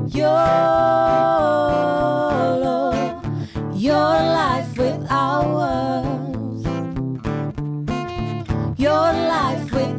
YOLO, your life with ours, your life with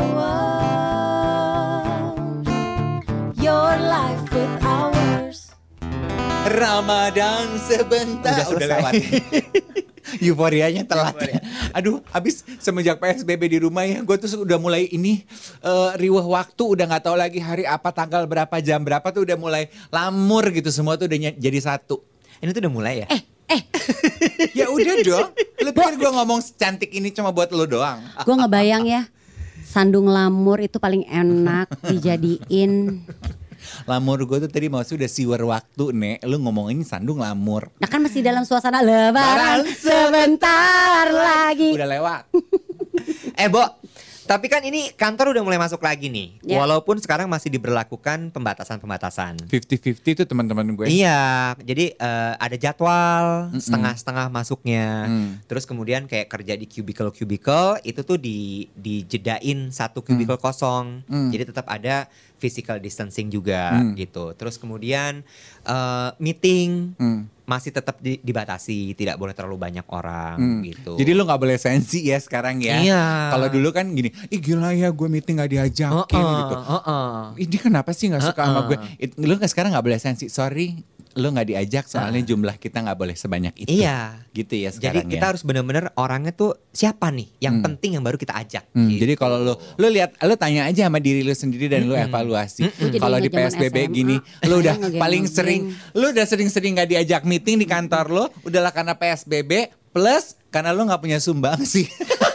ours, your life with ours. Ramadan sebentar udah lewat. Euforianya telat. Aduh, habis semenjak PSBB di rumah ya, gue tuh udah mulai ini riweh waktu, udah nggak tahu lagi hari apa, tanggal berapa, jam berapa tuh udah mulai lamur gitu, semua tuh udah jadi satu. Ini tuh udah mulai ya? Ya udah dong. Lu pikir gue ngomong secantik ini cuma buat lu doang? Gue ngebayang ya, sandung lamur itu paling enak dijadiin. Lamur gue tuh tadi maksudnya udah siwer waktu, Nek. Lu ngomongin sandung lamur. Nah kan masih dalam suasana lebaran sebentar lagi. Udah lewat. Bo, tapi kan ini kantor udah mulai masuk lagi nih. Ya. Walaupun sekarang masih diberlakukan pembatasan-pembatasan. 50-50 tuh teman-teman gue. Iya, jadi ada jadwal setengah-setengah masuknya. Terus kemudian kayak kerja di cubicle itu tuh dijedain satu cubicle kosong. Jadi tetap ada physical distancing juga gitu. Terus kemudian meeting masih tetap dibatasi, tidak boleh terlalu banyak orang gitu. Jadi lu gak boleh sensi ya sekarang ya. Iya. Kalau dulu kan gini, gila ya gue meeting gak diajakin gitu. Ini kenapa sih gak suka sama gue? Lu sekarang gak boleh sensi, sorry. Lu gak diajak soalnya jumlah kita gak boleh sebanyak itu. Iya. Gitu ya Jadi sekarang kita ya. harus benar-benar orangnya tuh siapa nih yang penting yang baru kita ajak. Gitu. Jadi kalau lu lihat, lu tanya aja sama diri lu sendiri dan lu evaluasi. Kalau di Jadi zaman PSBB SMA, gini, lu udah ngegeng-ngegeng. paling sering, lu udah sering-sering gak diajak meeting di kantor lu, udahlah karena PSBB plus karena lu gak punya sumbang sih.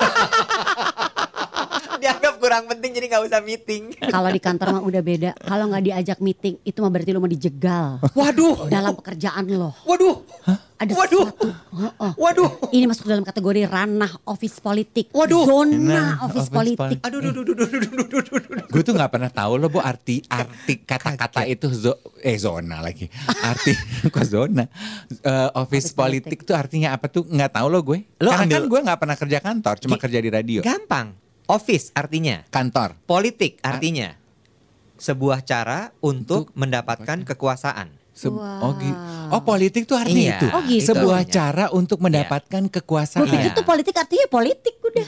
Dianggap kurang penting jadi nggak usah meeting. Kalau di kantor mah udah beda. Kalau nggak diajak meeting itu mah berarti lo mau dijegal. Waduh. Dalam pekerjaan lo. Waduh. Ada Waduh. sesuatu. Waduh. Ini masuk dalam kategori ranah office politik. Waduh. Zona office office politik. Aduh. Gue tuh nggak pernah tahu loh bu arti kata-kata itu zona lagi. Arti kok zona? Office politik tuh artinya apa tuh nggak tahu loh gue. Lo Karena ambil- kan gue nggak pernah kerja kantor, cuma kerja di radio. Gampang. Office artinya. Kantor. Politik artinya. Sebuah cara untuk mendapatkan kekuasaan. Oh politik tuh artinya Iya. itu. Oh, gitu. Sebuah Artinya. cara untuk mendapatkan kekuasaan. Gue pikir tuh politik artinya politik udah.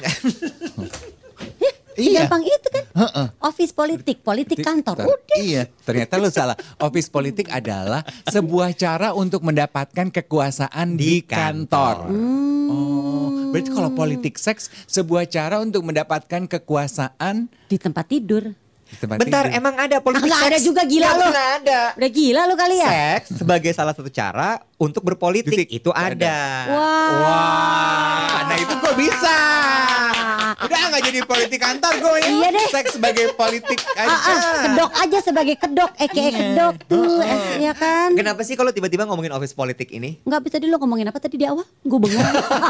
Iya. Gampang itu kan. Office politik kantor. Udah. Iya, ternyata lu salah. Office politik adalah sebuah cara untuk mendapatkan kekuasaan di kantor. Oh, berarti kalau politik seks sebuah cara untuk mendapatkan kekuasaan Di tempat tidur. di tempat Bentar, tidur. emang ada politik Nggak seks? ada juga, gila Nggak lo. pernah ada. Udah gila lu kali ya. Seks sebagai salah satu cara untuk berpolitik Politik. itu ada. Wah. Nah itu gue bisa. Udah nggak jadi politik kantor gue ya. Iya deh. Seks sebagai politik aja. Kedok aja sebagai kedok, kedok tuh, ya kan? Kenapa sih kalau tiba-tiba ngomongin office politik ini? Nggak bisa dulu ngomongin apa tadi di awal? Gue bengong.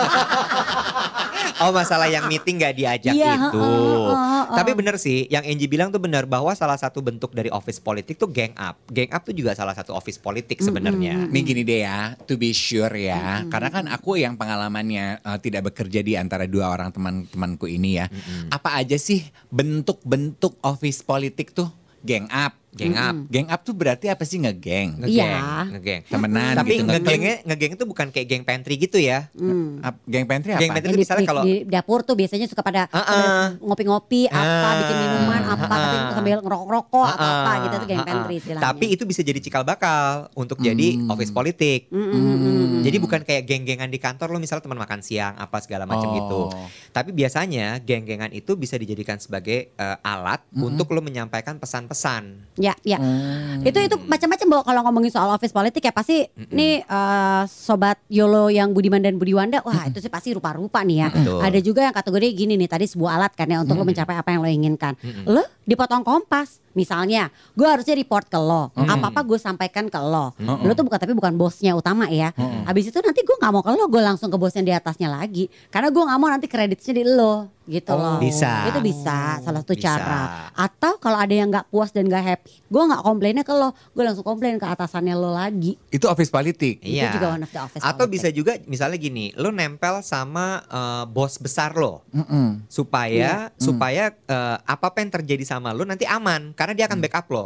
Oh masalah yang meeting gak diajak Iya, itu. heeh. Tapi bener sih, yang Angie bilang tuh benar bahwa salah satu bentuk dari office politik tuh gang up. Gang up tuh juga salah satu office politik sebenarnya. Nih gini deh ya, to be sure ya. Karena kan aku yang pengalamannya tidak bekerja di antara dua orang teman-temanku ini ya. Apa aja sih bentuk-bentuk office politik tuh? Gang up. Gang up. Gang up tuh berarti apa sih ngegeng? Iya. Ngegeng. Temenan Tapi gitu. ngegeng itu bukan kayak geng pantry gitu ya. Gang pantry apa? Gang pantry Yang itu misalnya kalau di dapur tuh biasanya suka pada ngopi-ngopi, apa, bikin minuman, apa, tapi sambil ngerokok-rokok, apa gitu tuh geng pantry istilahnya. Tapi itu bisa jadi cikal bakal untuk jadi office politik. Jadi bukan kayak geng-gengan di kantor lo misalnya teman makan siang apa segala macam gitu. Tapi biasanya geng-gengan itu bisa dijadikan sebagai alat untuk lo menyampaikan pesan-pesan. Ya. Itu macam-macam Bo, kalau ngomongin soal office politik ya pasti nih sobat YOLO yang Budiman dan Budiwanda, wah itu sih pasti rupa-rupa nih ya. Betul. Ada juga yang kategori gini nih, tadi sebuah alat kan ya untuk lo mencapai apa yang lo inginkan. Lo dipotong kompas. Misalnya, gue harusnya report ke lo, apa-apa gue sampaikan ke lo. Lo tuh bukan bosnya utama ya. Habis itu nanti gue nggak mau ke lo, gue langsung ke bosnya di atasnya lagi. Karena gue nggak mau nanti kreditnya di lo, gitu loh. Bisa. Itu bisa, salah satu Bisa. cara. Atau kalau ada yang nggak puas dan nggak happy, gue nggak komplainnya ke lo, gue langsung komplain ke atasannya lo lagi. Itu office politik. Itu juga one of the office Atau politik. bisa juga misalnya gini, lo nempel sama bos besar lo, supaya apapun yang terjadi sama lo nanti aman, karena dia akan backup lo.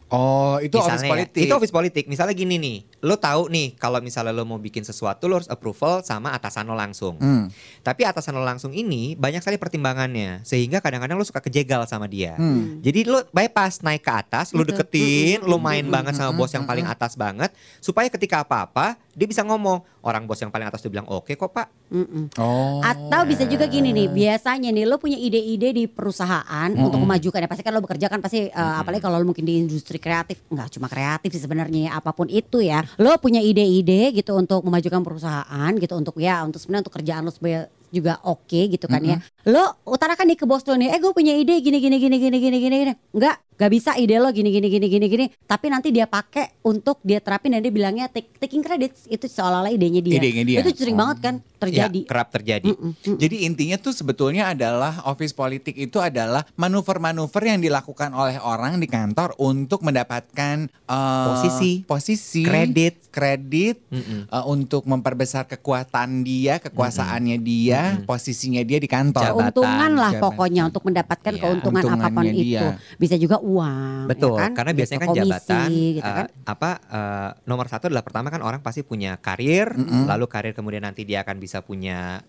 Oh, itu office Misalnya ya, politik. Itu office politik. Misalnya gini nih, lo tahu nih kalau misalnya lo mau bikin sesuatu lo harus approval sama atasan lo langsung. Tapi atasan lo langsung ini banyak sekali pertimbangannya, sehingga kadang-kadang lo suka kejegal sama dia. Jadi lo bypass naik ke atas, lo deketin, lo main banget sama bos yang paling atas banget, supaya ketika apa-apa dia bisa ngomong, orang bos yang paling atas tuh bilang oke kok pak. Oh. Atau bisa juga gini nih, biasanya nih lo punya ide-ide di perusahaan untuk memajukan ya. Pasti kan lo bekerja kan pasti apalagi kalau lo mungkin di industri kreatif, nggak cuma kreatif sih sebenarnya, apapun itu ya. Lo punya ide-ide gitu untuk memajukan perusahaan gitu, untuk sebenarnya untuk kerjaan lo supaya juga oke gitu kan ya. Lo utarakan nih ke bos lo nih, gue punya ide gini. Gak bisa ide lo gini. Tapi nanti dia pakai untuk dia terapin dan dia bilangnya taking credits, itu seolah-olah idenya dia. Itu sering banget kan terjadi. Ya, kerap terjadi. Jadi intinya tuh sebetulnya adalah office politik itu adalah manuver-manuver yang dilakukan oleh orang di kantor untuk mendapatkan posisi, kredit, untuk memperbesar kekuatan dia, kekuasaannya dia, posisinya dia di kantor. Keuntungan lah pokoknya untuk mendapatkan keuntungan apapun untungannya itu. dia. Bisa juga uang. Betul, ya kan? karena biasanya kan Komisi, jabatan gitu kan? nomor satu adalah pertama kan orang pasti punya karir, lalu karir kemudian nanti dia akan bisa punya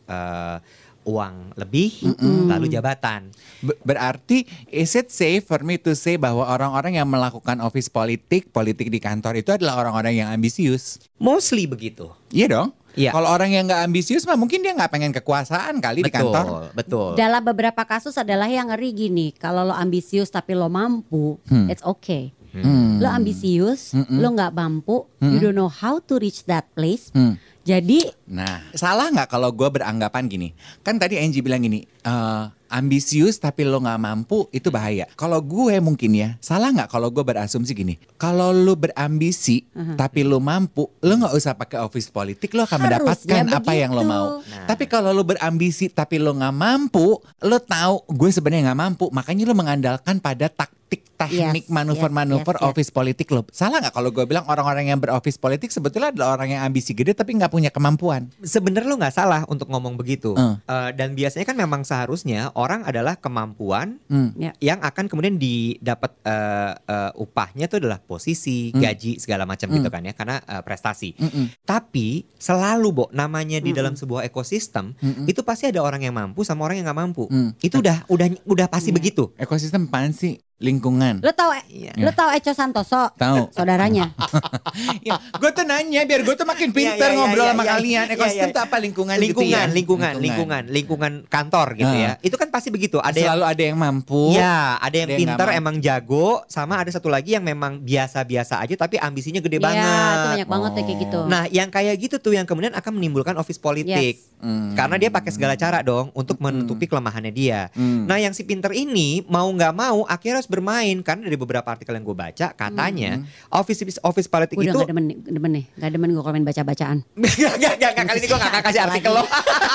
uang lebih, lalu jabatan. Berarti is it safe for me to say bahwa orang-orang yang melakukan office politik di kantor itu adalah orang-orang yang ambisius? Mostly begitu. Iya dong. Iya. Kalau orang yang nggak ambisius mah mungkin dia nggak pengen kekuasaan kali di kantor. Betul. Dalam beberapa kasus adalah yang ngeri gini, kalau lo ambisius tapi lo mampu, it's okay. Lo ambisius, lo nggak mampu, you don't know how to reach that place. Jadi, Nah, salah nggak kalau gue beranggapan gini? Kan tadi Angie bilang gini, ambisius tapi lo nggak mampu itu bahaya. Kalau gue mungkin ya, salah nggak kalau gue berasumsi gini? Kalau lo berambisi tapi lo mampu, lo nggak usah pakai office politik, lo akan mendapatkan Harusnya apa yang lo begitu. mau. Tapi kalau lo berambisi tapi lo nggak mampu, lo tahu gue sebenarnya nggak mampu, makanya lo mengandalkan pada teknik manuver-manuver yes. office politik lo. Salah nggak kalau gue bilang orang-orang yang beroffice politik sebetulnya adalah orang yang ambisi gede tapi nggak punya kemampuan? Sebenarnya lo nggak salah untuk ngomong begitu. Dan biasanya kan memang seharusnya orang adalah kemampuan yang akan kemudian didapat upahnya itu adalah posisi, gaji segala macam gitu kan ya, karena prestasi. Tapi selalu namanya di dalam sebuah ekosistem itu pasti ada orang yang mampu sama orang yang nggak mampu. Itu udah pasti begitu. Ekosistem apaan sih? Lingkungan. lo tahu Eco Santoso? Tahu. Saudaranya. Ya, gue tuh nanya biar gue tuh makin pintar ngobrol sama kalian. Ekosistem itu apa? Lingkungan gitu ya? Lingkungan kantor gitu ya. Itu kan pasti begitu. Selalu ada yang mampu. Ya, ada yang pintar nggak emang jago, sama ada satu lagi yang memang biasa-biasa aja tapi ambisinya gede banget. Iya, itu banyak banget ya kayak gitu. Nah, yang kayak gitu tuh yang kemudian akan menimbulkan office politik. Karena dia pakai segala cara dong untuk menutupi kelemahannya dia. Nah, yang si pintar ini mau nggak mau akhirnya harus bermain, karena dari beberapa artikel yang gue baca katanya office politik Udah itu gak demen nih. Gak demen gue kalau main baca-bacaan. Gak, kali ini gue gak kasih artikel lo.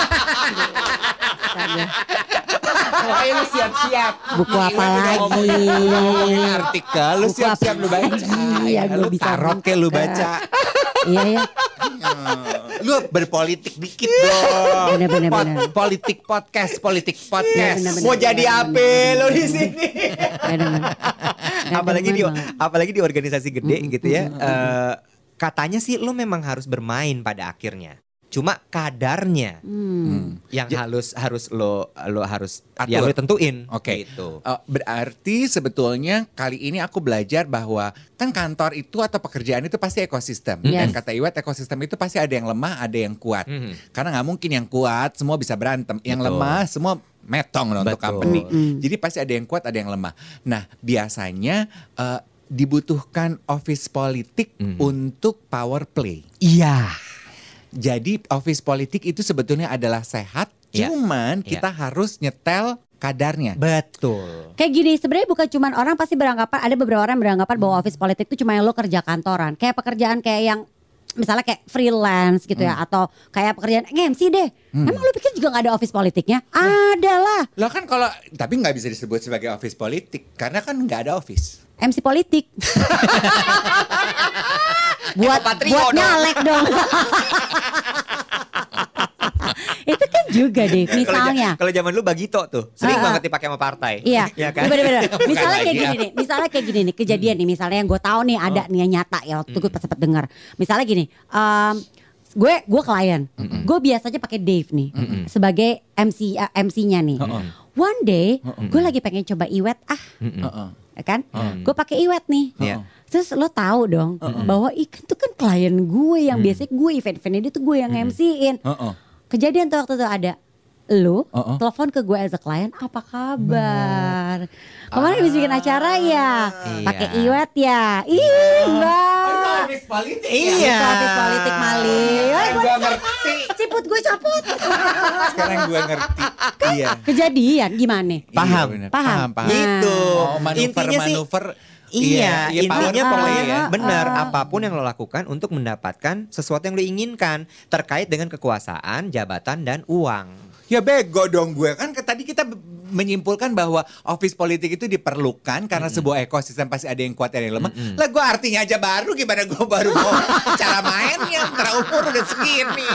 Wah, lu siap-siap. Buku apa lagi? Ngomongin artikel, lu Buku siap-siap apa lu baca. lagi? Ya, Gua lu bisa tarot kayak lu buka. baca. Iya ya. Lu berpolitik dikit dong. Bener. Politik podcast. Iya, bener. Mau jadi apa lo di sini? Bener. apalagi di organisasi gede gitu ya. Katanya sih lo memang harus bermain pada akhirnya. Cuma kadarnya yang harus lo harus ya lo tentuin. Oke. Gitu. Berarti sebetulnya kali ini aku belajar bahwa kan kantor itu atau pekerjaan itu pasti ekosistem. Dan kata Iwet, ekosistem itu pasti ada yang lemah, ada yang kuat. Karena nggak mungkin yang kuat semua bisa berantem. Yang lemah semua metong loh untuk company. Jadi pasti ada yang kuat, ada yang lemah. Nah, biasanya dibutuhkan office politik untuk power play. Iya. Jadi office politik itu sebetulnya adalah sehat, cuman kita harus nyetel kadarnya. Betul. Kayak gini, sebenarnya bukan cuma orang pasti beranggapan, ada beberapa orang beranggapan bahwa office politik itu cuma yang lo kerja kantoran. Kayak pekerjaan kayak yang misalnya kayak freelance gitu ya, atau kayak pekerjaan MC deh. Emang lo pikir juga gak ada office politiknya? Ada lah. Lo kan kalau, tapi nggak bisa disebut sebagai office politik karena kan nggak ada office. MC politik. buat nyalek dong. Itu kan juga deh. Misalnya. Kalau zaman dulu Bagito tuh sering banget dipakai sama partai. Iya, ya kan? bener-bener. Misalnya kayak lagi, gini nih, misalnya kayak gini nih kejadian nih, misalnya yang gue tahu nih ada nih yang nyata ya waktu gue sempat dengar. Misalnya gini, gue klien, gue biasanya pakai Dave nih sebagai MC-nya nih. One day, gue lagi pengen coba iwet ya kan? Gue pakai iwet nih. Iya. Terus lo tahu dong bahwa ikan tuh kan klien gue yang biasanya gue event-eventnya dia tuh gue yang MC-in. Kejadian tuh waktu itu ada lu telepon ke gue as a client, apa kabar? Kemarin habis bikin acara ya, pakai iwet ya. Ih, Mbak. Office politik. Iya. Office politik Mali. Gue ngerti. Ciput gue copot. Sekarang gue ngerti. Iya. Kejadian gimana? Paham. Iya, bener. Paham. Paham. Gitu. Oh, Intinya sih, manuver. Iya, intinya power pokoknya play ya. benar apapun yang lo lakukan untuk mendapatkan sesuatu yang lo inginkan terkait dengan kekuasaan, jabatan dan uang. Ya bego dong gue kan tadi kita menyimpulkan bahwa office politik itu diperlukan karena sebuah ekosistem pasti ada yang kuat ada yang lemah. Lah gue artinya aja baru gimana gue baru mau cara mainnya karena umur udah segini.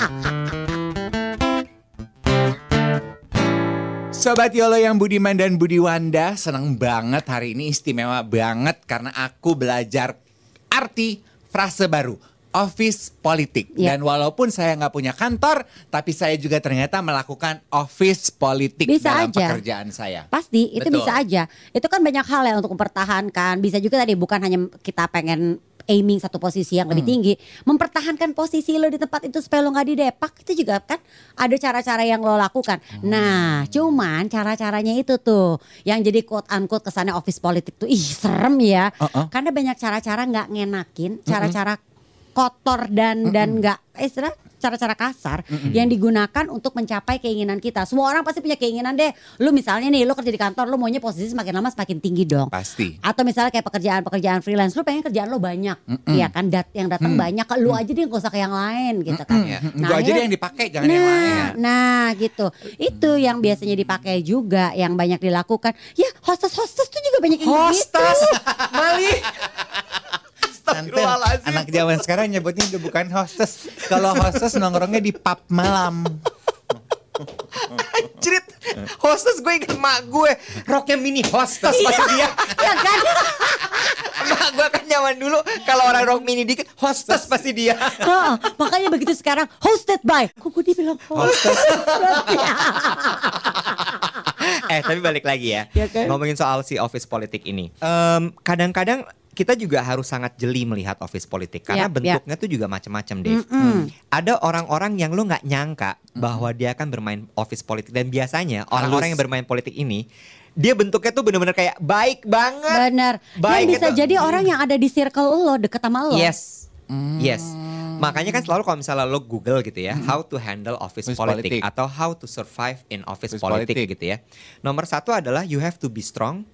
Sobat Yolo yang budiman dan budiwanda, senang banget hari ini, istimewa banget karena aku belajar arti frase baru. Office politik. Ya. Dan walaupun saya nggak punya kantor, tapi saya juga ternyata melakukan office politik Bisa dalam aja. pekerjaan saya. Pasti itu Betul. bisa aja. Itu kan banyak hal ya untuk mempertahankan. Bisa juga tadi bukan hanya kita pengen aiming satu posisi yang lebih tinggi, mempertahankan posisi lo di tempat itu supaya lo nggak didepak, itu juga kan ada cara-cara yang lo lakukan. Nah, cuman cara-caranya itu tuh yang jadi quote unquote kesannya office politik tuh ih serem ya. Karena banyak cara-cara nggak ngenakin, cara-cara kotor dan nggak istilah cara-cara kasar yang digunakan untuk mencapai keinginan kita. Semua orang pasti punya keinginan deh. Lu misalnya nih, lu kerja di kantor, lu maunya posisi semakin lama semakin tinggi dong. Pasti. Atau misalnya kayak pekerjaan freelance, lu pengen kerjaan lu banyak, ya kan? Yang datang banyak, lu aja deh nggak usah ke yang lain, gitu kan? Gua aja deh yang dipakai, jangan yang lain. Nah, gitu. Itu yang biasanya dipakai juga, yang banyak dilakukan. Ya, hostess tuh juga banyak yang gitu. Mali. Tante, anak zaman sekarang nyebutnya udah bukan hostess. Kalau hostess nongkrongnya di pub malam. Anjrit, hostess gue ingat mak gue, roknya mini hostess pasti dia. Ya kan? Mak gue kan zaman dulu kalau orang rok mini dikit hostess pasti dia. Makanya begitu sekarang hosted by. Kok gue dibilang hostess? Tapi balik lagi ya, Ya kan? ngomongin soal si office politik ini. Kadang-kadang kita juga harus sangat jeli melihat office politik karena bentuknya tuh juga macam-macam, Dave. Ada orang-orang yang lo nggak nyangka bahwa dia akan bermain office politik, dan biasanya orang-orang yang bermain politik ini dia bentuknya tuh benar-benar kayak baik banget. Benar. Dan bisa gitu. jadi orang yang ada di circle lo, deket sama lo. Yes. Yes. Makanya kan selalu kalau misalnya lo Google gitu ya, how to handle office politik atau how to survive in office politik gitu ya. Nomor satu adalah you have to be strong,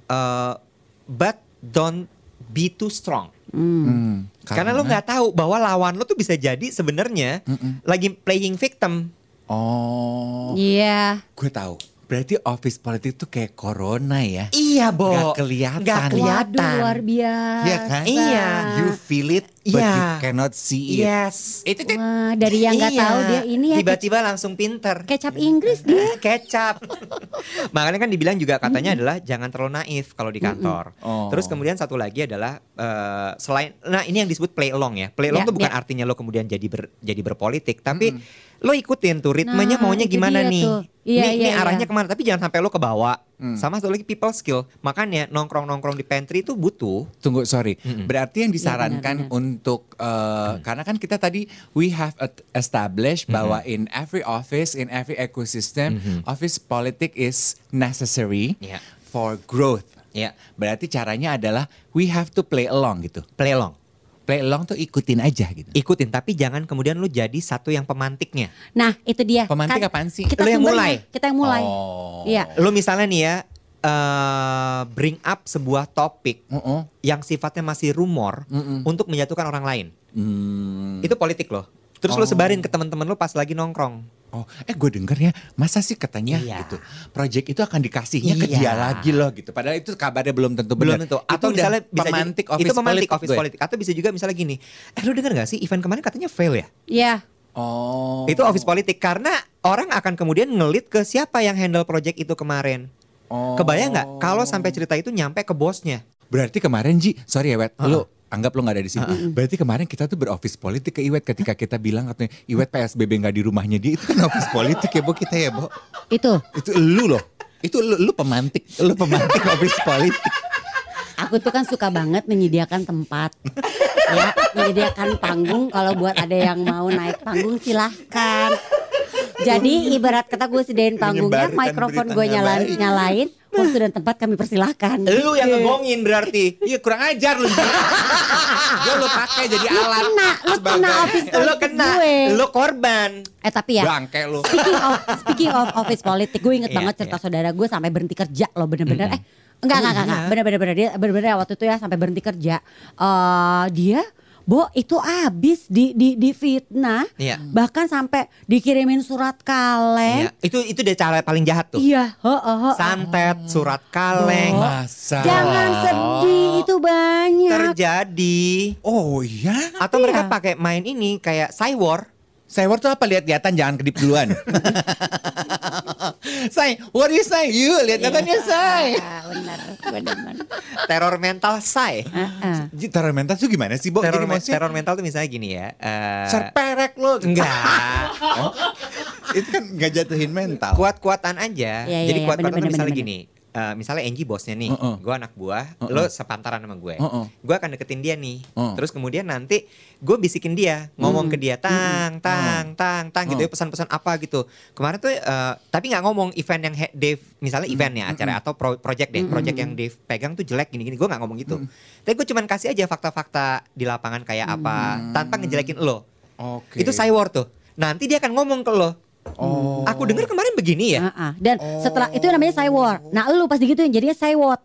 but don't be too strong. Karena lo nggak tahu bahwa lawan lo tuh bisa jadi sebenarnya lagi playing victim. Oh. Iya. Gue tahu. Berarti office politik tuh kayak corona ya. Iya, Bo. Gak kelihatan. Gak kelihatan. Waduh, luar biasa. Iya kan? Iya. You feel it, but Iya. you cannot see it. Yes. Itu Wah, dari yang nggak tahu dia ini ya tiba-tiba langsung pinter. kecap Inggris dia. Kecap. Makanya kan dibilang juga katanya adalah jangan terlalu naif kalau di kantor. Oh. Terus kemudian satu lagi adalah selain, nah ini yang disebut play along ya. Play along Ya, tuh bukan ya. artinya lo kemudian jadi berpolitik, tapi lo ikutin tuh ritmenya Nah, maunya itu gimana dia nih. tuh. Iya, Ini iya, arahnya iya. kemana, tapi jangan sampai lo kebawa. Sama satu lagi people skill. Makanya nongkrong-nongkrong di pantry itu butuh. Tunggu, sorry. Berarti yang disarankan benar. untuk karena kan kita tadi we have established bahwa in every office, in every ecosystem, office politic is necessary Iya. for growth. Ya, Berarti caranya adalah we have to play along gitu. play along. Play along tuh ikutin aja gitu. Ikutin, tapi jangan kemudian lo jadi satu yang pemantiknya. Nah, itu dia. Pemantik apaan sih? Kita Lu yang sumbernya, mulai. Kita yang mulai. Oh. Iya. Lo misalnya nih ya, bring up sebuah topik yang sifatnya masih rumor untuk menjatuhkan orang lain. Itu politik loh. Terus lo sebarin ke teman-teman lo pas lagi nongkrong. Oh, gue denger ya, masa sih katanya Iya. gitu. Project itu akan dikasihnya ke Iya. dia lagi loh gitu. Padahal itu kabarnya belum tentu Belum benar. tentu. Itu Atau udah misalnya bisa pemantik jadi, office itu pemantik politik office gue. politik. Atau bisa juga misalnya gini, lo denger gak sih event kemarin katanya fail ya? Oh. Itu office politik karena orang akan kemudian ngelit ke siapa yang handle project itu kemarin. Kebayang nggak kalau sampai cerita itu nyampe ke bosnya? Berarti kemarin Ji, sorry ya Wet, lu anggap lu gak ada di sini. Berarti kemarin kita tuh beroffice politik ke Iwet ketika kita bilang katanya Iwet PSBB gak di rumahnya dia, itu kan office politik ya Bo kita ya Bo. Itu lu loh. Itu lu pemantik office politik. aku tuh kan suka banget menyediakan tempat. Ya, menyediakan panggung kalau buat ada yang mau naik panggung silahkan. Jadi ibarat kata gue sediain panggungnya, Menyebarkan mikrofon berita gue nggak baik. nyalain, waktu dan tempat kami persilahkan. Lu yang ngegongin berarti. Iya kurang ajar lu. Gue lu pakai jadi alat. Lu kena office Lu politik kena, gue. lu korban. Tapi ya, Bangke lu. speaking of office politik, gue inget Iya, banget cerita iya. saudara gue sampai berhenti kerja loh, bener-bener. Enggak, bener-bener dia bener-bener waktu itu ya sampai berhenti kerja. Dia itu abis di fitnah, Iya. bahkan sampai dikirimin surat kaleng. Iya. Itu dia cara paling jahat tuh. Iya, Santet, surat kaleng. Masa. Jangan sedih, itu banyak. Terjadi. Oh iya. Atau mereka Iya. pakai main ini kayak Cywar. Cywar tuh apa? Lihat-lihatan jangan kedip duluan. Say, what do you say? You lihat-lihatannya say. Benar. Teror mental say. Teror mental tuh gimana sih Bo? Jadi maksudnya Teror mental tuh misalnya gini ya. serperek lo. Enggak. Itu kan gak jatuhin mental. Kuat-kuatan aja. Iya, Jadi iya, kuat-kuatan tuh bener, misalnya bener. gini. Misalnya Angie bosnya nih, gue anak buah, lo sepantaran sama gue. Gue akan deketin dia nih. Terus kemudian nanti gue bisikin dia, ngomong ke dia tang gitu ya, pesan-pesan apa gitu. Kemarin tuh tapi nggak ngomong event yang Dave, misalnya eventnya acara atau project deh, project yang Dave pegang tuh jelek gini-gini, gue nggak ngomong gitu. Tapi gue cuman kasih aja fakta-fakta di lapangan kayak apa, tanpa ngejelekin lo. Oke. Itu Cywar tuh. Nanti dia akan ngomong ke lo. Aku dengar kemarin begini ya. Dan setelah itu namanya Cywar. Nah lu pas digituin jadinya Cywot.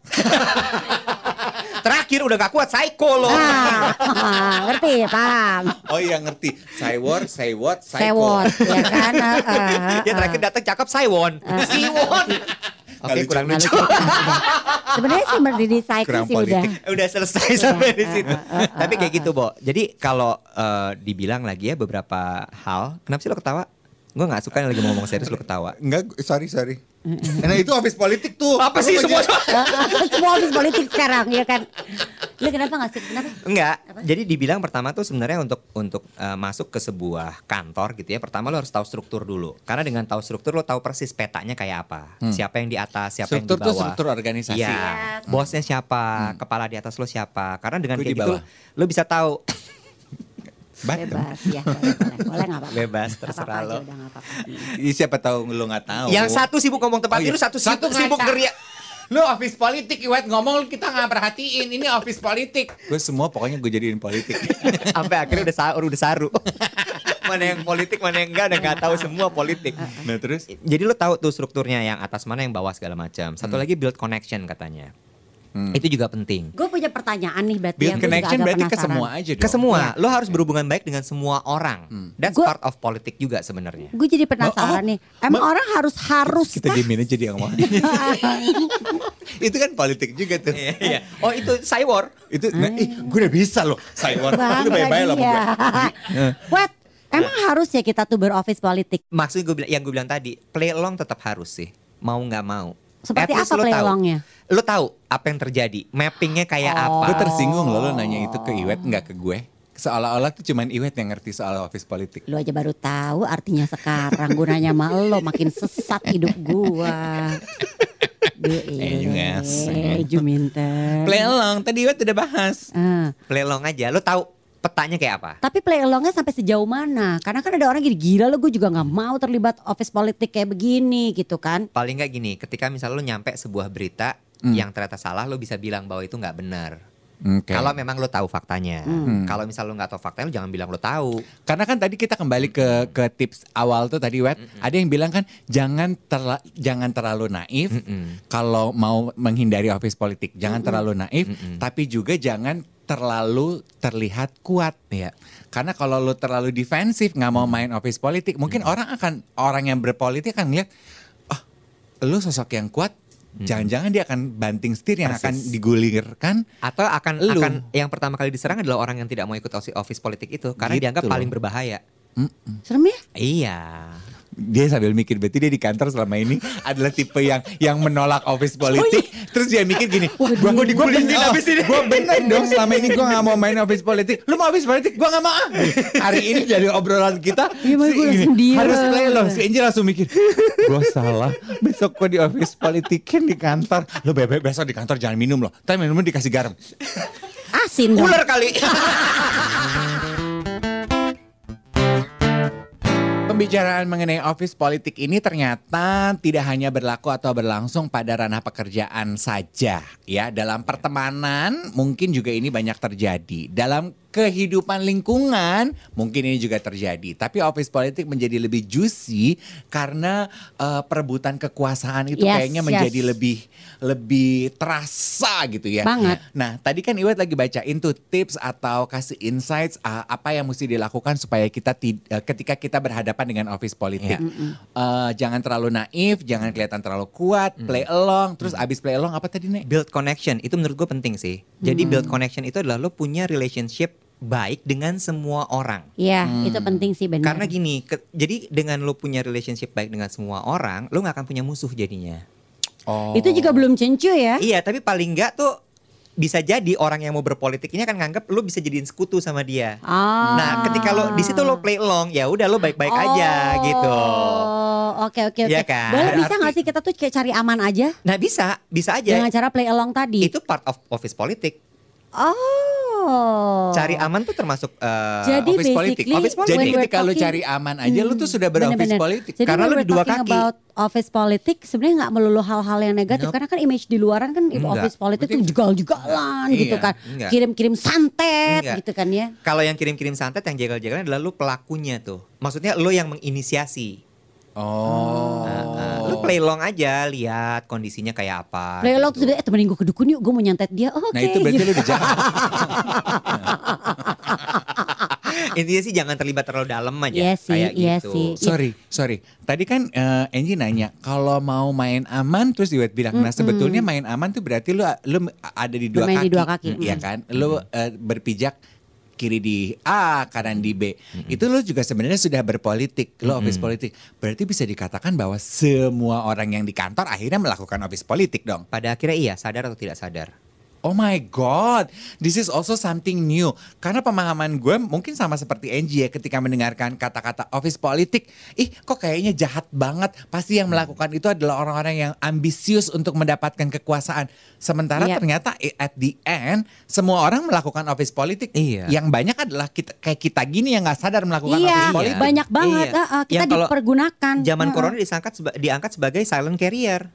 Terakhir udah gak kuat psycho lo. Ngerti, paham. Oh iya ngerti. Cywar, Cywot, Cywot, ya kan. Dia terakhir datang cakep Cywon. Siwon. Oke, lucu. kurang lucu. Sebenarnya sih berdiri cycle Kurang sih udah. politik. Udah selesai sampai di situ. Tapi kayak gitu, Bo. Jadi kalau dibilang lagi ya beberapa hal, kenapa sih lo ketawa? Gue gak suka yang lagi ngomong serius lo ketawa. Enggak, sorry. Nah itu office politik tuh. Apa sih semua? Semua habis politik sekarang ya kan. Lu kenapa gak sih? Kenapa? Enggak. Jadi dibilang pertama tuh sebenarnya untuk masuk ke sebuah kantor gitu ya. Pertama lo harus tahu struktur dulu. Karena dengan tahu struktur lo tahu persis petanya kayak apa. Siapa yang di atas, siapa Struktur yang di tuh bawah. struktur organisasi. Iya. Bosnya siapa, kepala di atas lo siapa. Karena dengan Gue di kayak gitu bawah. lo bisa tahu. Bebas ya, boleh gak apa-apa. Bebas, Gak terserah apa-apa lo. aja, udah gak apa-apa. Siapa tahu lo nggak tahu. Yang satu sibuk ngomong tempat Oh iya. lu, satu Satu sibuk ngaca. geria. Lu office politik, Iwet ngomong kita nggak perhatiin. Ini office politik. Gue semua pokoknya gue jadiin politik. Sampai akhirnya udah saru. Mana yang politik, mana yang enggak, udah nggak tahu semua politik. Nah terus? Jadi lu tahu tuh strukturnya yang atas mana yang bawah segala macam. Satu lagi build connection katanya. Itu juga penting. Gue punya pertanyaan nih berarti Build yang gue juga connection agak berarti ke penasaran. semua aja dong. Ke semua, lo harus berhubungan baik dengan semua orang. That's Gua- part of politik juga sebenarnya. Gue jadi penasaran nih. Emang orang harus Kita diemin aja dia ngomong. Itu kan politik juga tuh. Iya. Oh itu Cywar. Itu, gue udah bisa loh. Cywar. Itu bye-bye lah sama gue. Wet, emang harus ya kita tuh beroffice politik? Maksudnya yang gue bilang tadi, play along tetap harus sih. Mau nggak mau. Seperti At least apa lo play tahu. alongnya? Lo tahu apa yang terjadi, mappingnya kayak Oh. apa. Gue tersinggung loh lo nanya itu ke Iwet nggak ke gue. Seolah-olah tuh cuman Iwet yang ngerti soal office politik. Lu aja baru tahu artinya sekarang. Gunanya sama lo makin sesat hidup gua. juga sih. Juminten. Play along, tadi Iwet udah bahas. Play along aja, lo tahu petanya kayak apa. Tapi play alongnya sampai sejauh mana? Karena kan ada orang gini, gila lo gue juga gak mau terlibat office politik kayak begini gitu kan. Paling nggak gini, ketika misalnya lo nyampe sebuah berita yang ternyata salah, lo bisa bilang bahwa itu nggak benar. Oke. Kalau memang lo tahu faktanya. Kalau misalnya lo nggak tahu faktanya, lo jangan bilang lo tahu. Karena kan tadi kita kembali ke tips awal tuh tadi Wet. Ada yang bilang kan jangan terlalu naif kalau mau menghindari office politik. Jangan terlalu naif, tapi juga jangan terlalu terlihat kuat ya. Karena kalau lo terlalu defensif nggak mau main office politik, mungkin orang yang berpolitik akan ngeliat, lo sosok yang kuat. Jangan-jangan dia akan banting setir yang akan digulirkan. Atau akan Lu. yang pertama kali diserang adalah orang yang tidak mau ikut office politik itu karena Gitu dianggap loh. paling berbahaya. Serem ya? Iya. Dia sambil mikir, berarti dia di kantor selama ini adalah tipe yang menolak office politik. Terus dia mikir gini, wah gue digulingin abis ini. Gue bener dong selama ini gue gak mau main office politik. Lu mau office politik? Gue gak mau. Hari ini jadi obrolan kita. Iya, gue langsung diem. Harus play loh. Si Angel langsung mikir, gue salah. Besok gue di office politikin di kantor. Lu besok di kantor jangan minum loh. Tapi minumnya dikasih garam. Asin dong. Ular kali. Pembicaraan mengenai office politik ini ternyata tidak hanya berlaku atau berlangsung pada ranah pekerjaan saja ya. Dalam pertemanan mungkin juga ini banyak terjadi. Dalam kehidupan lingkungan mungkin ini juga terjadi. Tapi office politik menjadi lebih juicy karena perebutan kekuasaan itu kayaknya menjadi lebih terasa gitu ya. Banget. Nah, tadi kan Iwet lagi bacain tuh tips atau kasih insights apa yang mesti dilakukan supaya kita ketika kita berhadapan dengan office politik. Jangan terlalu naif, jangan kelihatan terlalu kuat, play along. Terus abis play along apa tadi, Nek? Build connection, itu menurut gue penting sih. Jadi build connection itu adalah lo punya relationship baik dengan semua orang. Iya, itu penting sih benar. Karena gini, jadi dengan lo punya relationship baik dengan semua orang, lo gak akan punya musuh jadinya. Oh. Itu juga belum cencu ya. Iya, tapi paling enggak tuh bisa jadi orang yang mau berpolitik ini akan nganggap lo bisa jadiin sekutu sama dia. Nah, ketika lo di situ lo play along, ya udah lo baik-baik aja gitu. Oke. Iya kan? Boleh bisa nggak sih kita tuh kayak cari aman aja? Nah, bisa aja. Dengan cara play along tadi. Itu part of office politik. Oh. Cari aman tuh termasuk Jadi office politik. basically Office politik. Jadi when we're ketika lu talking- cari aman aja lu tuh sudah beroffice Bener-bener. politik. Jadi Karena when lu we're di dua talking kaki. about office politik sebenarnya nggak melulu hal-hal yang negatif. Nope. Karena kan image di luaran kan Enggak. office politik itu jugal-jugalan Iya, gitu kan. enggak. Kirim-kirim santet Enggak. gitu kan ya. Kalau yang kirim-kirim santet, yang jegal-jegalan adalah lu pelakunya tuh. Maksudnya lu yang menginisiasi. Oh. Lu play long aja, lihat kondisinya kayak apa. Play along gitu. tuh temenin gue ke dukun yuk, gue mau nyantet dia. Oh, oke. Nah itu berarti gitu. lu udah jahat. Intinya sih jangan terlibat terlalu dalam aja. Iya sih, kayak iya gitu. sih. Sorry. Tadi kan Angie nanya kalau mau main aman, terus Iwet bilang, nah sebetulnya main aman tuh berarti lu ada di dua Bermain kaki, di dua kaki. Iya kan? Lu berpijak kiri di A, kanan di B. Itu lu juga sebenarnya sudah berpolitik, lu office politik. Berarti bisa dikatakan bahwa semua orang yang di kantor akhirnya melakukan office politik dong. Pada akhirnya iya, sadar atau tidak sadar. Oh my God, this is also something new. Karena pemahaman gue mungkin sama seperti Angie ya ketika mendengarkan kata-kata office politik. Kok kayaknya jahat banget. Pasti yang melakukan itu adalah orang-orang yang ambisius untuk mendapatkan kekuasaan. Sementara Iya. ternyata at the end semua orang melakukan office politik. Iya. Yang banyak adalah kayak kita gini yang gak sadar melakukan Iya, office politik. banyak banget. Iya. Kita Yang kalau dipergunakan. Zaman corona diangkat sebagai silent carrier.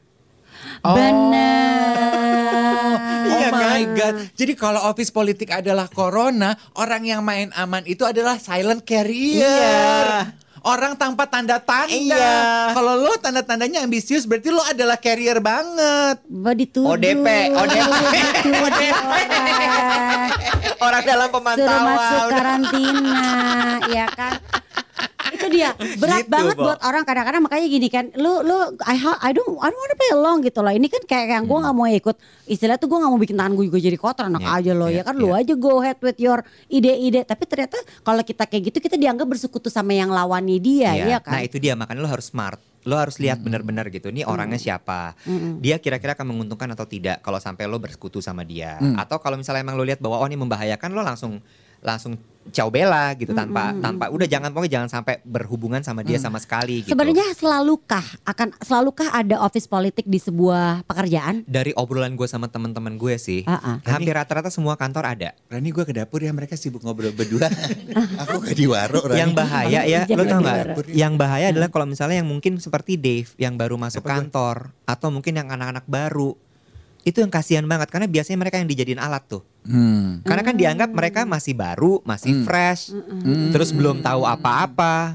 Benar. Oh Iya my kan? God. Jadi kalau office politik adalah corona, orang yang main aman itu adalah silent carrier. Iya. Orang tanpa tanda-tanda. Iya. Kalau lo tanda-tandanya ambisius berarti lo adalah carrier banget. Dituduh. ODP. Dituduh orang. Orang dalam Suruh masuk pemantauan. karantina, ya kan? Itu dia berat Gitu, banget Bo. buat orang kadang-kadang, makanya gini kan, I don't wanna play along gitu loh. Ini kan kayak yang gue nggak mau ikut, istilah tuh gue nggak mau bikin tangan gue juga jadi kotor, enak Iya, aja loh iya, ya kan, lu iya. aja go ahead with your ide-ide. Tapi ternyata kalau kita kayak gitu kita dianggap bersekutu sama yang lawani dia, Iya. ya kan? Nah itu dia, makanya lo harus smart. Lo harus lihat benar-benar gitu. Ini orangnya siapa? Dia kira-kira akan menguntungkan atau tidak kalau sampai lo bersekutu sama dia. Atau kalau misalnya emang lo lihat bahwa ini membahayakan, lo langsung ciao bella gitu tanpa udah jangan sampai berhubungan sama dia sama sekali gitu. Sebenarnya selalukah ada office politik di sebuah pekerjaan? Dari obrolan gue sama teman-teman gue sih, hampir rata-rata semua kantor ada. Rani gue ke dapur ya, mereka sibuk ngobrol berdua. Aku ke di waro, Rani. Yang bahaya ya, lo tau nggak? Dapur. Yang bahaya adalah kalau misalnya yang mungkin seperti Dave yang baru masuk kantor atau mungkin yang anak-anak baru. Itu yang kasihan banget karena biasanya mereka yang dijadiin alat tuh. Karena kan dianggap mereka masih baru, masih fresh, terus belum tahu apa-apa.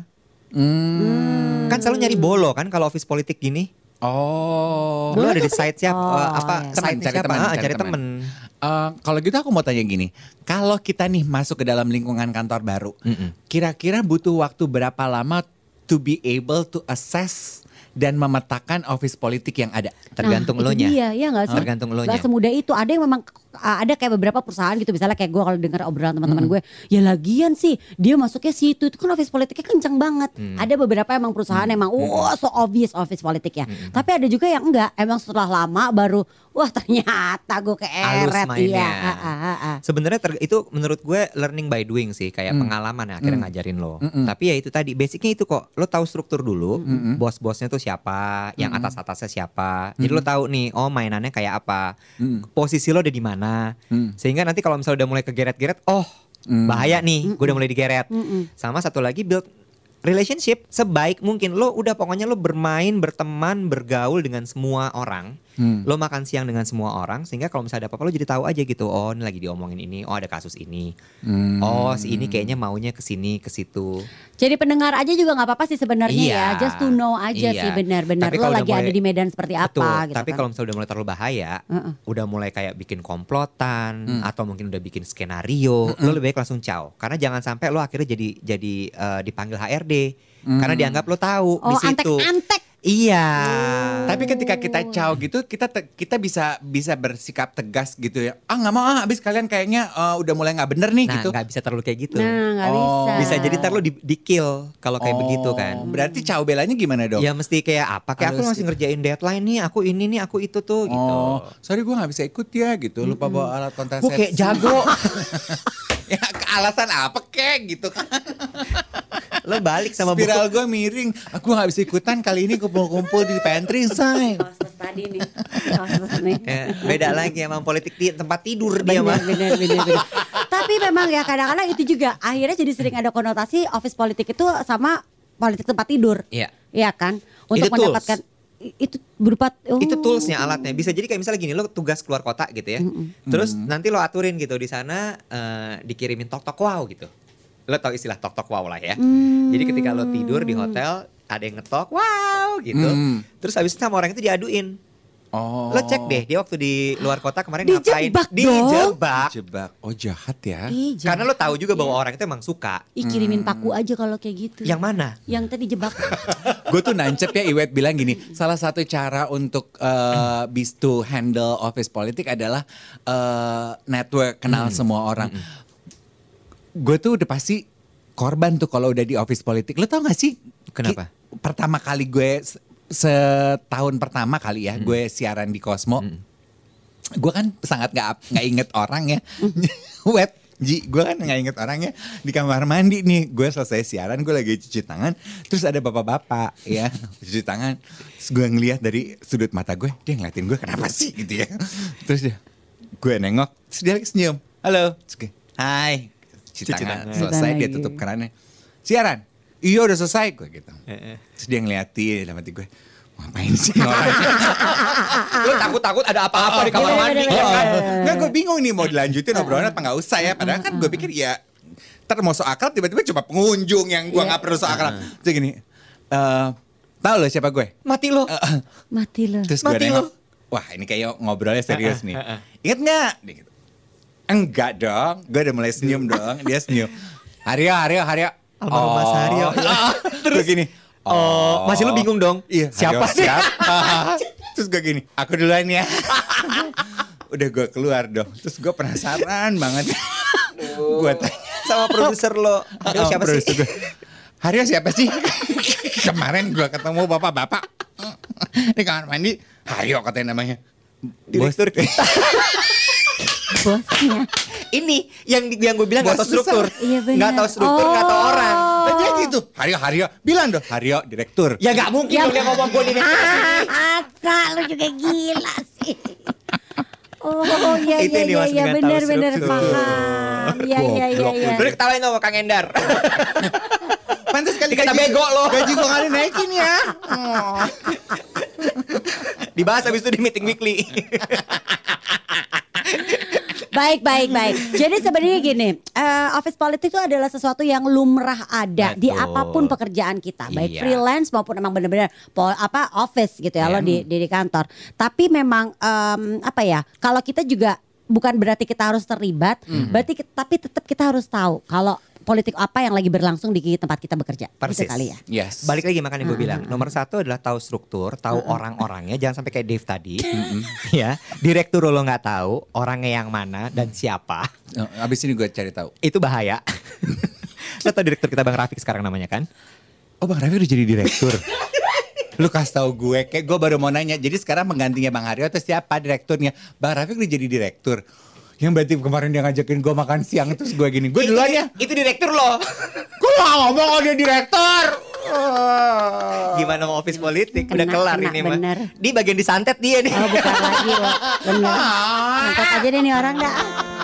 Kan selalu nyari bolo kan kalau office politik gini. Oh. Lu ada di site siapa? iya. Site Cari siapa? teman, cari Cari teman. temen. Kalau gitu aku mau tanya gini, kalau kita nih masuk ke dalam lingkungan kantor baru, kira-kira butuh waktu berapa lama to be able to assess dan memetakan office politik yang ada? Tergantung Nah, elonya. Itu dia, ya nggak sih? Tergantung elonya. Nggak semudah itu. Ada yang memang ada kayak beberapa perusahaan gitu, misalnya kayak gue kalau dengar obrolan teman-teman gue, ya lagian sih dia masuknya situ, itu kan office politiknya kenceng banget. Ada beberapa emang perusahaan emang so obvious office politik ya. Tapi ada juga yang enggak, emang setelah lama baru wah ternyata gue Halus keeret. mainnya. Iya. Sebenarnya itu menurut gue learning by doing sih, kayak pengalaman ya akhirnya ngajarin lo. Tapi ya itu tadi basicnya itu kok, lo tahu struktur dulu, bos-bosnya tuh siapa, yang atas-atasnya siapa. Jadi lo tahu nih, oh mainannya kayak apa, posisi lo ada di mana. Sehingga nanti kalau misalnya udah mulai kegeret-geret, oh bahaya nih, gue udah mulai digeret. Sama satu lagi build relationship sebaik mungkin. Lo udah pokoknya lo bermain, berteman, bergaul dengan semua orang. Lo makan siang dengan semua orang, sehingga kalau misalnya ada apa-apa lo jadi tahu aja gitu. Oh ini lagi diomongin ini, oh ada kasus ini. Oh si ini kayaknya maunya kesini ke situ. Jadi pendengar aja juga nggak apa-apa sih sebenarnya Iya. ya, just to know aja sih benar-benar Tapi lo kalau udah lagi ada mulai- di medan seperti Betul, apa gitu tapi kan. kalau misalnya udah mulai terlalu bahaya, udah mulai kayak bikin komplotan atau mungkin udah bikin skenario, lo lebih baik langsung ciao. Karena jangan sampai lo akhirnya jadi dipanggil HRD karena dianggap lo tahu di Oh situ. antek-antek. Iya. Tapi ketika kita caw gitu, kita bisa bersikap tegas gitu ya. Nggak mau abis kalian kayaknya udah mulai nggak bener nih Nah gitu. nggak bisa terlalu kayak gitu. Nah nggak bisa. Bisa jadi ntar lo di kill kalau kayak begitu kan. Berarti caw belanya gimana dong? Ya mesti kayak apa? Kayak aku Harus masih ngerjain deadline nih, aku ini nih, aku itu tuh gitu. Oh, sorry gue nggak bisa ikut ya gitu. Lupa bawa alat kontrasepsi. Gue kayak jago. Ya alasan apa kek gitu kan? Lo balik sama Spiral gue miring. Aku nggak bisa ikutan kali ini kumpul-kumpul di pantry say. Hostess tadi nih. Hostess nih. Ya, beda lagi emang politik di tempat tidur dia mah. Bener. Tapi memang ya kadang-kadang itu juga akhirnya jadi sering ada konotasi office politik itu sama politik tempat tidur. Iya. Iya kan? Untuk Itu tools. mendapatkan itu berupa Itu toolsnya, alatnya. Bisa jadi kayak misalnya gini, lo tugas keluar kota gitu ya. Terus nanti lo aturin gitu di sana dikirimin tok-tok wow gitu. Lo tau istilah tok-tok wow lah ya. Jadi ketika lo tidur di hotel ada yang ngetok wow gitu. Terus habis itu sama orang itu diaduin. Oh. Lo cek deh dia waktu di luar kota kemarin Dijebak ngapain. dong. Dijebak. Jebak. Oh jahat ya. Karena lo tahu juga bahwa orang itu emang suka. kirimin paku aja kalau kayak gitu. Yang mana? Yang tadi jebak. Gue tuh nancep ya, Iwet bilang gini, salah satu cara untuk bis to handle office politik adalah network, kenal semua orang. Gue tuh udah pasti korban tuh kalau udah di office politik. Lo tau gak sih? Kenapa? Pertama kali gue setahun pertama kali ya, gue siaran di Cosmo. Gue kan sangat nggak inget orang ya. Wet. Gue kan gak inget orangnya. Di kamar mandi nih, gue selesai siaran, gue lagi cuci tangan, terus ada bapak-bapak ya cuci tangan. Terus gue ngeliat dari sudut mata gue, dia ngeliatin gue kenapa sih gitu ya. Terus gue nengok, terus dia lagi senyum, halo. Terus gue, hai. Cuci tangan, selesai dia tutup kerannya. Siaran, iya udah selesai gue gitu. Terus dia ngeliatin dalam hati gue, ngapain sih orang? Lo takut-takut ada apa-apa di kamar mandi ya kan? Nggak, gue bingung nih mau dilanjutin obrolan apa nggak usah ya. Padahal kan gue pikir ya ntar mau so akrab tiba-tiba cuma pengunjung yang gue nggak perlu so akrab. Terus gini, tahu lo siapa gue? Mati lo. Mati lo. Terus gue Mati nengok, lo. wah ini kayak ngobrolnya serius nih. Ingat nggak? Dia gitu. Enggak dong, gue udah mulai senyum dong. Dia senyum. Haryo. Almarhum Mas Haryo. Terus gini. Oh, masih lu bingung dong? Iya. Siapa sih? Terus gue gini, aku duluan ya. Udah gue keluar dong. Terus gue penasaran banget. Gue tanya Sama produser lo. Haryo siapa sih? produser gue, Haryo siapa sih? Kemarin gue ketemu bapak-bapak di kamar mandi. Haryo katanya namanya. Direktur kita. Bosnya. Ini yang gue bilang nggak tahu Bos besar. struktur. Iya, benar. Nggak tahu struktur, nggak tahu orang. Dan dia gitu, Haryo. Bilang dong, Haryo direktur. Ya nggak mungkin dong dia ngomong gue di Asa lu juga gila sih. Oh iya Itu yang dimaksud dengan tahu benar struktur. paham. Iya. Udah ketawain sama Kang Endar. Pantes kali Dikata bego lo. Gaji gue kali naikin ya. Dibahas habis itu di meeting weekly. Baik. Jadi sebenarnya gini, office politik itu adalah sesuatu yang lumrah ada di Betul. apapun pekerjaan kita, baik Iya. freelance maupun emang benar-benar office gitu ya, lo di kantor. Tapi memang kalau kita juga bukan berarti kita harus terlibat, tapi tetap kita harus tahu kalau politik apa yang lagi berlangsung di tempat kita bekerja. Persis. Itu kali ya. Yes. Balik lagi makanya gue bilang nomor satu adalah tahu struktur, tahu orang-orangnya, jangan sampai kayak Dave tadi, ya. Direktur lo nggak tahu orangnya yang mana dan siapa, Abis ini gue cari tahu. itu bahaya. Lo tau direktur kita Bang Rafiq sekarang namanya kan? Oh Bang Rafi udah jadi direktur. Lu kasih tahu gue, kayak gue baru mau nanya. Jadi sekarang penggantinya Bang Haryo atau siapa direkturnya? Bang Rafi udah jadi direktur. Yang berarti kemarin dia ngajakin gue makan siang terus gue gini, gue duluan ya. Itu direktur lo. Gue gak ngomong kalau dia direktur. Gimana mau office politik? Udah Kena, kelar kena, ini mah. bener. Di bagian disantet dia nih. Oh bukan lagi loh. Bener. Nangkep aja deh nih orang dah.